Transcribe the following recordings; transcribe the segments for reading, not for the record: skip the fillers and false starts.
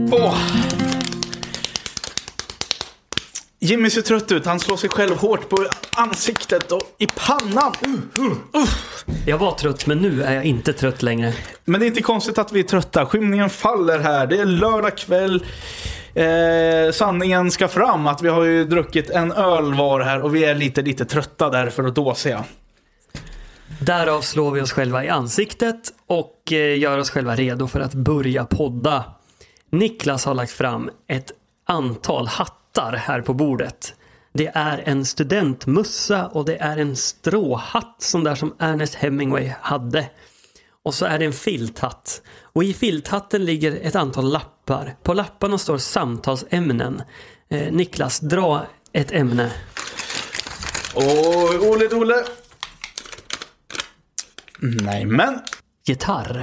Jimmy ser trött ut. Han slår sig själv hårt på ansiktet och i pannan. Jag var trött, men nu är jag inte trött längre. Men det är inte konstigt att vi är trötta. Skymningen faller här. Det är lördag kväll. Sanningen ska fram att vi har ju druckit en öl var här och vi är lite trötta därför att dåsiga. Därav slår vi oss själva i ansiktet och gör oss själva redo för att börja podda. Niklas har lagt fram ett antal hattar här på bordet. Det är en studentmussa och det är en stråhatt som där som Ernest Hemingway hade. Och så är det en filthatt. Och i filthatten ligger ett antal lappar. På lapparna står samtalsämnen. Niklas, dra ett ämne. Ole. Nej, men Gitarr.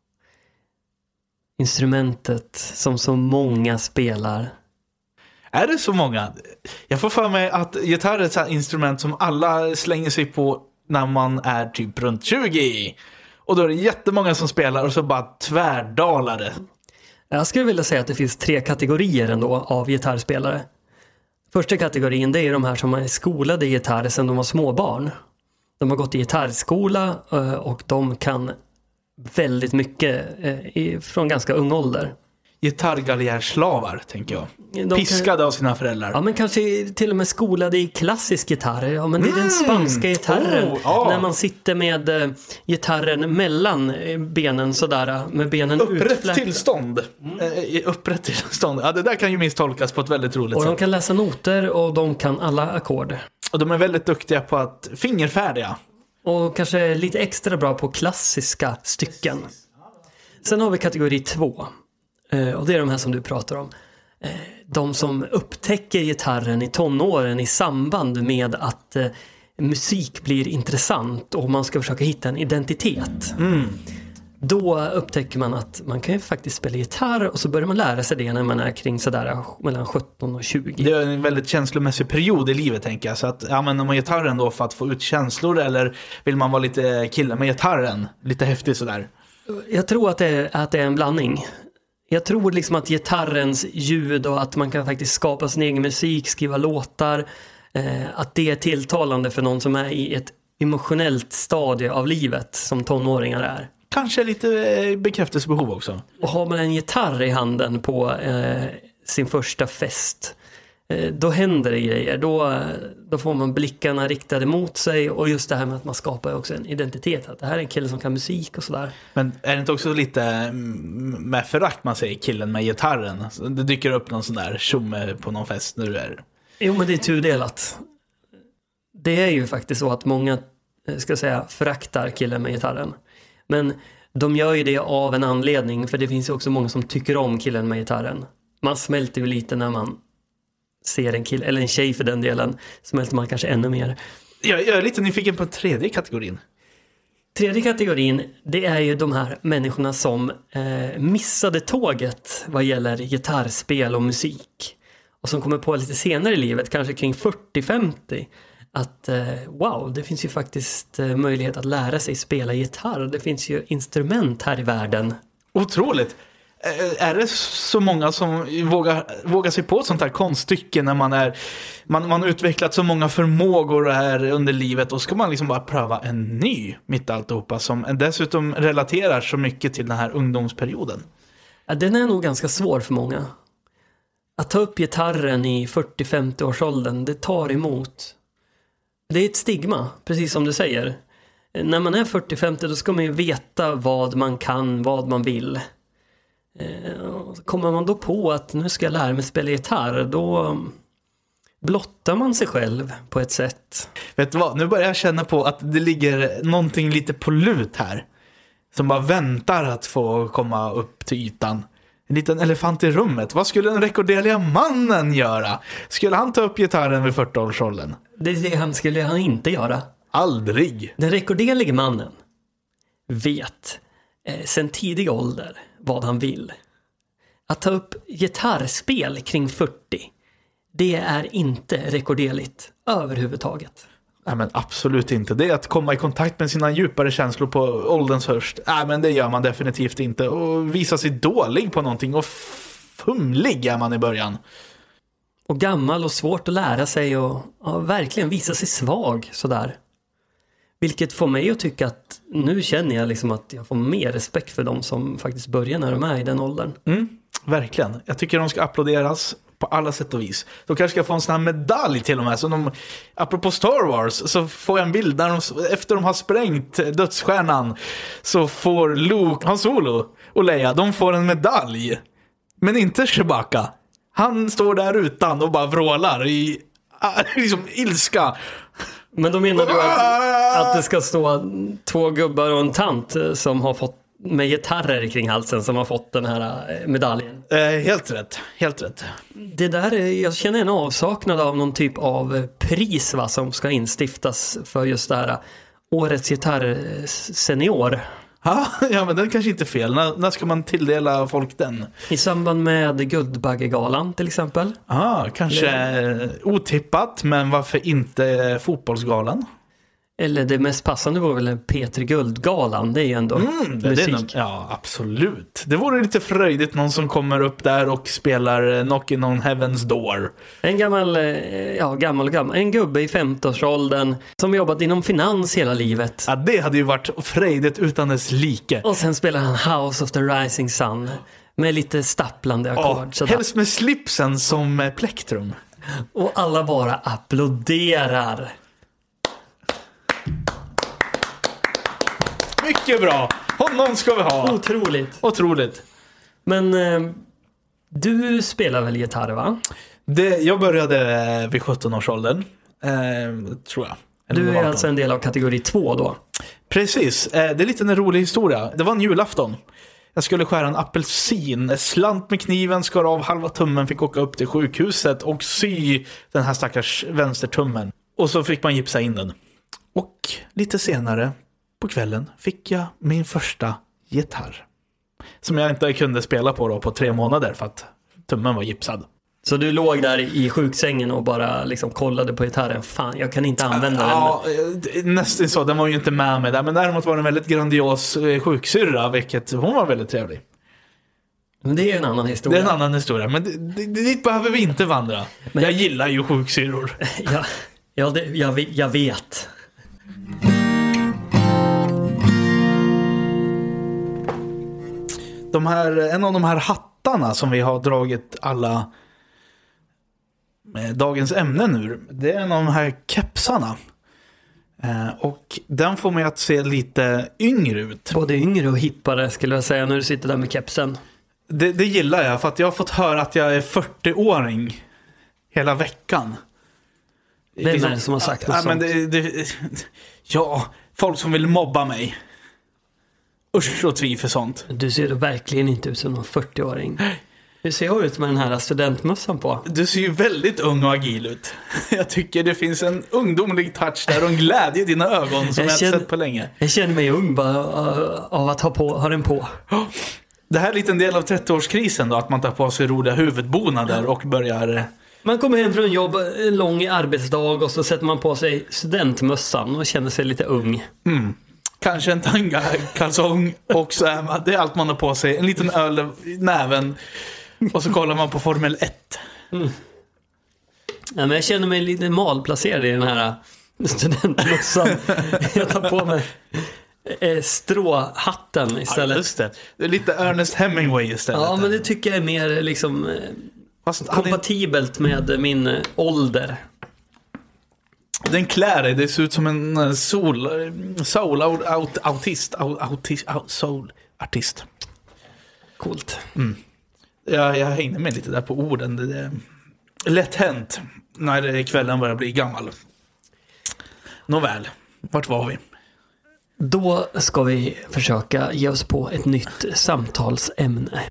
Instrumentet som så många spelar. är det så många? Jag får för mig att gitarr är ett sånt instrument som alla slänger sig på när man är typ runt 20. Och då är det jättemånga som spelar och så bara tvärdalar det. Jag skulle vilja säga att det finns 3 kategorier ändå av gitarrspelare. Första kategorin, det är de här som är skolade i gitarr sedan de var småbarn. De har gått i gitarrskola och de kan väldigt mycket från ganska ung ålder. Gitarrgalärslavar, tänker jag. Piskade av sina föräldrar. Ja, men kanske till och med skolade i klassisk gitarr. Ja, men det är den spanska gitarren. När man sitter med gitarren mellan benen sådär, med benen upprätt tillstånd. Upprätt tillstånd. Ja, det där kan ju misstolkas på ett väldigt roligt sätt. Och de kan läsa noter och de kan alla ackord. Och de är väldigt duktiga på att fingerfärdiga. Och kanske lite extra bra på klassiska stycken. Sen har vi kategori 2. Och det är de här som du pratar om. De som upptäcker gitarren i tonåren i samband med att musik blir intressant och man ska försöka hitta en identitet. Då upptäcker man att man kan ju faktiskt spela gitarr och så börjar man lära sig det när man är kring sådär mellan 17 och 20. Det är en väldigt känslomässig period i livet, tänker jag. Så att använder man gitarren då för att få ut känslor eller vill man vara lite kille med gitarren? Lite häftig sådär. Jag tror att det är en blandning. Jag tror liksom att gitarrens ljud och att man kan faktiskt skapa sin egen musik, skriva låtar, att det är tilltalande för någon som är i ett emotionellt stadie av livet som tonåringar är. Kanske lite bekräftelsebehov också. Och har man en gitarr i handen på sin första fest, då händer det grejer. Då får man blickarna riktade mot sig och just det här med att man skapar också en identitet. Att det här är en kille som kan musik och sådär. Men är det inte också lite med förakt man säger killen med gitarren? Det dyker upp någon sån där tjomme på någon fest när du är... Jo, men det är tudelat. Det är ju faktiskt så att många, ska säga, föraktar killen med gitarren. Men de gör ju det av en anledning, för det finns ju också många som tycker om killen med gitarren. Man smälter ju lite när man ser en kille, eller en tjej för den delen, smälter man kanske ännu mer. Jag är lite nyfiken på tredje kategorin. Tredje kategorin, det är ju de här människorna som missade tåget vad gäller gitarrspel och musik. Och som kommer på lite senare i livet, kanske kring 40-50, att wow, det finns ju faktiskt möjlighet att lära sig spela gitarr. Det finns ju instrument här i världen. Otroligt! Är det så många som vågar sig på ett sånt här konststycke när man utvecklat så många förmågor här under livet, och ska man liksom bara pröva en ny mitt alltihopa som dessutom relaterar så mycket till den här ungdomsperioden? Ja, den är nog ganska svår för många. Att ta upp gitarren i 40-50 års åldern, det tar emot. Det är ett stigma, precis som du säger. När man är 40-50 då ska man ju veta vad man kan, vad man vill. Kommer man då på att nu ska jag lära mig spela gitarr, då blottar man sig själv på ett sätt. Vet du vad, nu börjar jag känna på att det ligger någonting lite på lut här som bara väntar att få komma upp till ytan. En liten elefant i rummet. Vad skulle den rekorderliga mannen göra? Skulle han ta upp gitarren vid 40-årsåldern? Det skulle han inte göra. Aldrig. Den rekorderliga mannen vet sen tidig ålder vad han vill. Att ta upp gitarrspel kring 40, det är inte rekorderligt överhuvudtaget. Nej, men absolut inte. Det är att komma i kontakt med sina djupare känslor på ålderns höst. Nej, men det gör man definitivt inte. Och visa sig dålig på någonting och fumlig är man i början. Och gammal och svårt att lära sig och verkligen visa sig svag sådär. Vilket får mig att tycka att nu känner jag liksom att jag får mer respekt för dem som faktiskt börjar när de är i den åldern. Verkligen. Jag tycker de ska applåderas på alla sätt och vis. De kanske ska få en sån här medalj till och med. Så apropå Star Wars så får jag en bild där efter de har sprängt dödsstjärnan så får Luke, Han Solo och Leia, de får en medalj. Men inte Chewbacca. Han står där utan och bara vrålar i liksom ilska. Men då menar du att det ska stå 2 gubbar och en tant som har fått med gitarrer kring halsen som har fått den här medaljen? Helt rätt. Det där, jag känner en avsaknad av någon typ av pris som ska instiftas för just det här årets gitarrsenior. Ja, men den kanske inte är fel. När ska man tilldela folk den? I samband med Guldbaggegalan till exempel. Kanske otippat, men varför inte fotbollsgalan? Eller det mest passande var väl Peter Guldgalan. Det är ju ändå musik. Ja, absolut. Det vore lite fröjdigt någon som kommer upp där och spelar Knockin' on Heaven's Door. En gammal. En gubbe i 50-årsåldern som jobbat inom finans hela livet. Ja, det hade ju varit fröjdigt utan dess like. Och sen spelar han House of the Rising Sun med lite stapplande ackord. Helst med slipsen som plektrum. Och alla bara applåderar. Mycket bra. Honom ska vi ha. Otroligt. Men du spelar väl gitarr, va? Jag började vid 17-årsåldern. Tror jag. Du är alltså en del av kategori 2 då? Precis. Det är lite en rolig historia. Det var en julafton. Jag skulle skära en apelsin. Slant med kniven, skar av halva tummen, fick åka upp till sjukhuset och sy den här stackars vänstertummen. Och så fick man gipsa in den. Och lite senare på kvällen fick jag min första gitarr. Som jag inte kunde spela på 3 månader för att tummen var gipsad. Så du låg där i sjuksängen och bara liksom kollade på gitarren. Fan, jag kan inte använda den. Ja, nästan så. Den var ju inte med mig där. Men däremot var den väldigt grandios sjuksyrra, vilket hon var väldigt trevlig. Men det är en annan historia. Det är en annan historia. Men dit behöver vi inte vandra. Men jag gillar ju sjuksyrror. Jag vet. En av de här hattarna som vi har dragit alla dagens ämnen ur, det är en av de här kepsarna. Och den får mig att se lite yngre ut. Både yngre och hippare skulle jag säga när du sitter där med kepsen. Det gillar jag, för att jag har fått höra att jag är 40-åring hela veckan. Vem är det som har sagt något sånt? Ja, folk som vill mobba mig. Usch och tvi för sånt. Du ser verkligen inte ut som någon 40-åring. Hur ser jag ut med den här studentmössan på? Du ser ju väldigt ung och agil ut. Jag tycker det finns en ungdomlig touch där och en glädje i dina ögon som jag inte sett på länge. Jag känner mig ung bara av att ha den på. Det här är lite en del av 30-årskrisen då, att man tar på sig roliga huvudbonader och börjar... Man kommer hem från jobb, en lång arbetsdag, och så sätter man på sig studentmössan och känner sig lite ung. Kanske en tanga-kalsong och så är det är allt man har på sig. En liten öl i näven och så kollar man på Formel 1. Ja, men jag känner mig lite malplacerad i den här studentmössan. Jag tar på mig stråhatten istället. Ja, just det. Det är lite Ernest Hemingway istället. Ja, men det tycker jag är mer liksom kompatibelt med min ålder. Den klär dig, det ser ut som en soul-artist. Coolt. Jag hängde med lite där på orden. Det är lätt hänt när kvällen börjar bli gammal. Nåväl, vart var vi? Då ska vi försöka ge oss på ett nytt samtalsämne.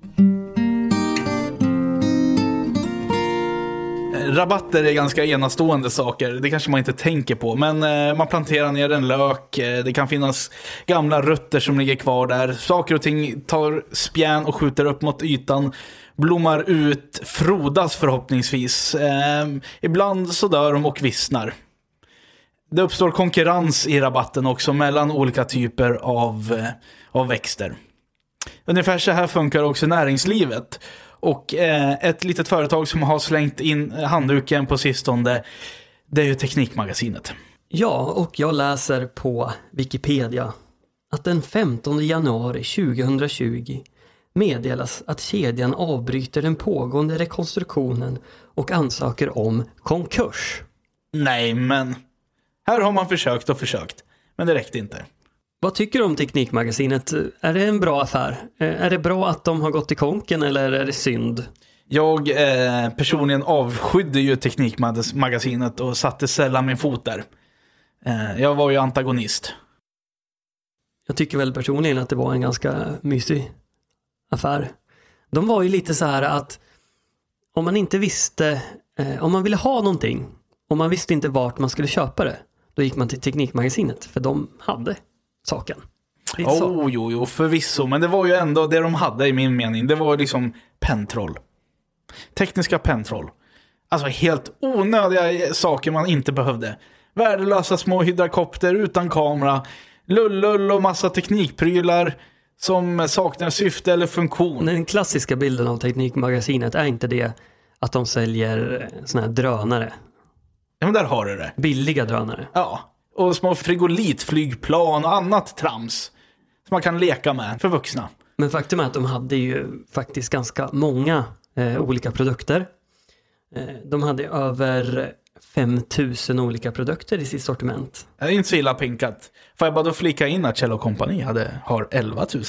Rabatter är ganska enastående saker. Det kanske man inte tänker på. Men man planterar ner en lök. Det kan finnas gamla rötter som ligger kvar där. Saker och ting tar spjärn och skjuter upp mot ytan. Blommar ut, frodas förhoppningsvis. Ibland så dör de och vissnar. Det uppstår konkurrens i rabatten också mellan olika typer av växter. Ungefär så här funkar också näringslivet. Och ett litet företag som har slängt in handduken på sistone, det är ju Teknikmagasinet. Ja, och jag läser på Wikipedia att den 15 januari 2020 meddelas att kedjan avbryter den pågående rekonstruktionen och ansöker om konkurs. Nej, men här har man försökt, men det räckte inte. Vad tycker du om Teknikmagasinet? Är det en bra affär? Är det bra att de har gått i konken eller är det synd? Jag personligen avskydde ju Teknikmagasinet och satte sällan min fot där. Jag var ju antagonist. Jag tycker väl personligen att det var en ganska mysig affär. De var ju lite så här att om man inte visste, om man ville ha någonting, om man visste inte vart man skulle köpa det, då gick man till Teknikmagasinet, för de hade saken. Jo, förvisso. Men det var ju ändå det de hade i min mening. Det var liksom pentroll. Tekniska pentroll. Alltså helt onödiga saker man inte behövde. Värdelösa små hydrakopter utan kamera. Lull och massa teknikprylar som saknar syfte eller funktion. Den klassiska bilden av Teknikmagasinet är inte det att de säljer såna här drönare. Ja, men där har du det. Billiga drönare. Ja, och små frigolitflygplan och annat trams som man kan leka med för vuxna. Men faktum är att de hade ju faktiskt ganska många olika produkter. De hade över 5000 olika produkter i sitt sortiment. Det är inte så illa pinkat. Får jag bara då flika in att Kjell & Company har 11 000.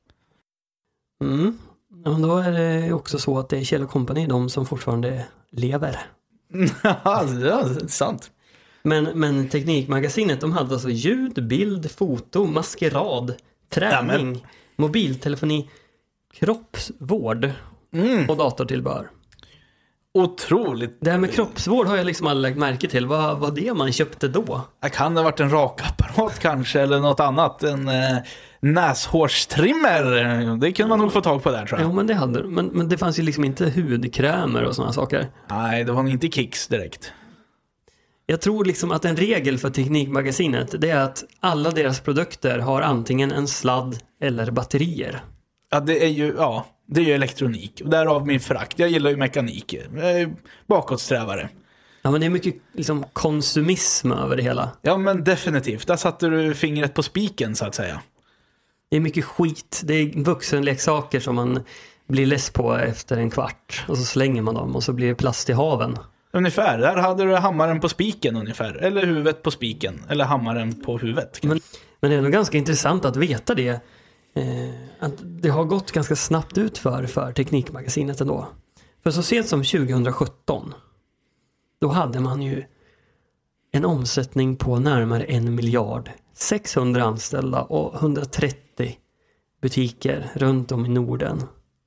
Ja, då är det också så att det är Kjell & Company, de som fortfarande lever. Ja, det är sant. Men Teknikmagasinet, de hade alltså ljud, bild, foto, maskerad, träning, mobiltelefoni, kroppsvård och datortillbehör. Otroligt. Det här med kroppsvård har jag liksom aldrig lagt märke till. Vad var det man köpte då? Det kan ha varit en rakapparat kanske, eller något annat. En näshårstrimmer. Det kan man nog få tag på där, tror jag. Jo, men det hade men det fanns ju liksom inte hudkrämer och sådana saker. Nej, det var inte Kicks direkt. Jag tror liksom att en regel för Teknikmagasinet, det är att alla deras produkter har antingen en sladd eller batterier. Ja, det är ju elektronik. Därav min frakt. Jag gillar ju mekanik. Jag är bakåtsträvare. Ja, men det är mycket liksom konsumism över det hela. Ja, men definitivt. Där satte du fingret på spiken, så att säga. Det är mycket skit. Det är vuxenleksaker som man blir less på efter en kvart. Och så slänger man dem och så blir det plast i haven. Ungefär. Där hade du hammaren på spiken ungefär. Eller huvudet på spiken. Eller hammaren på huvudet. Men det är nog ganska intressant att veta det. Att det har gått ganska snabbt ut för Teknikmagasinet ändå. För så sent som 2017, då hade man ju en omsättning på närmare 1 miljard, 600 anställda och 130 butiker runt om i Norden.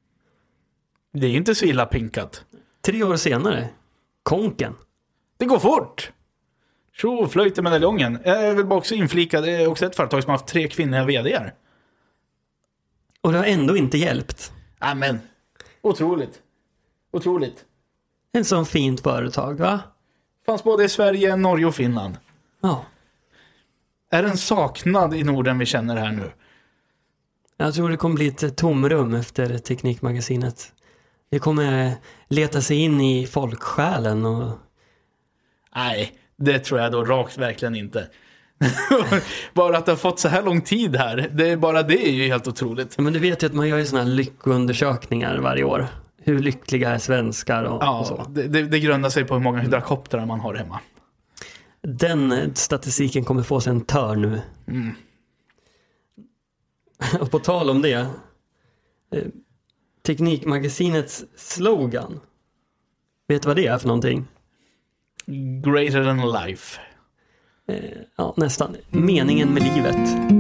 Det är ju inte så illa pinkat. 3 år senare, konken. Det går fort! Så flöjt med medaljongen. Jag vill bara också inflika, det är också ett företag som har haft 3 kvinnliga vd:ar. Och det har ändå inte hjälpt. Amen. Otroligt. Otroligt. En sån fint företag, va? Fanns både i Sverige, Norge och Finland. Ja. Är det en saknad i Norden vi känner här nu? Jag tror det kommer bli ett tomrum efter Teknikmagasinet. Det kommer leta sig in i folksjälen och... Nej, det tror jag då rakt verkligen inte. Bara att det har fått så här lång tid här, det är ju helt otroligt. Men du vet ju att man gör ju såna här lyckoundersökningar varje år. Hur lyckliga är svenskar och så. Det grundar sig på hur många hydrakoptrar man har hemma. Den statistiken kommer få sig en törn nu. Och på tal om det, Teknikmagasinets slogan, vet du vad det är för någonting? Greater than life. Ja, nästan. Meningen med livet.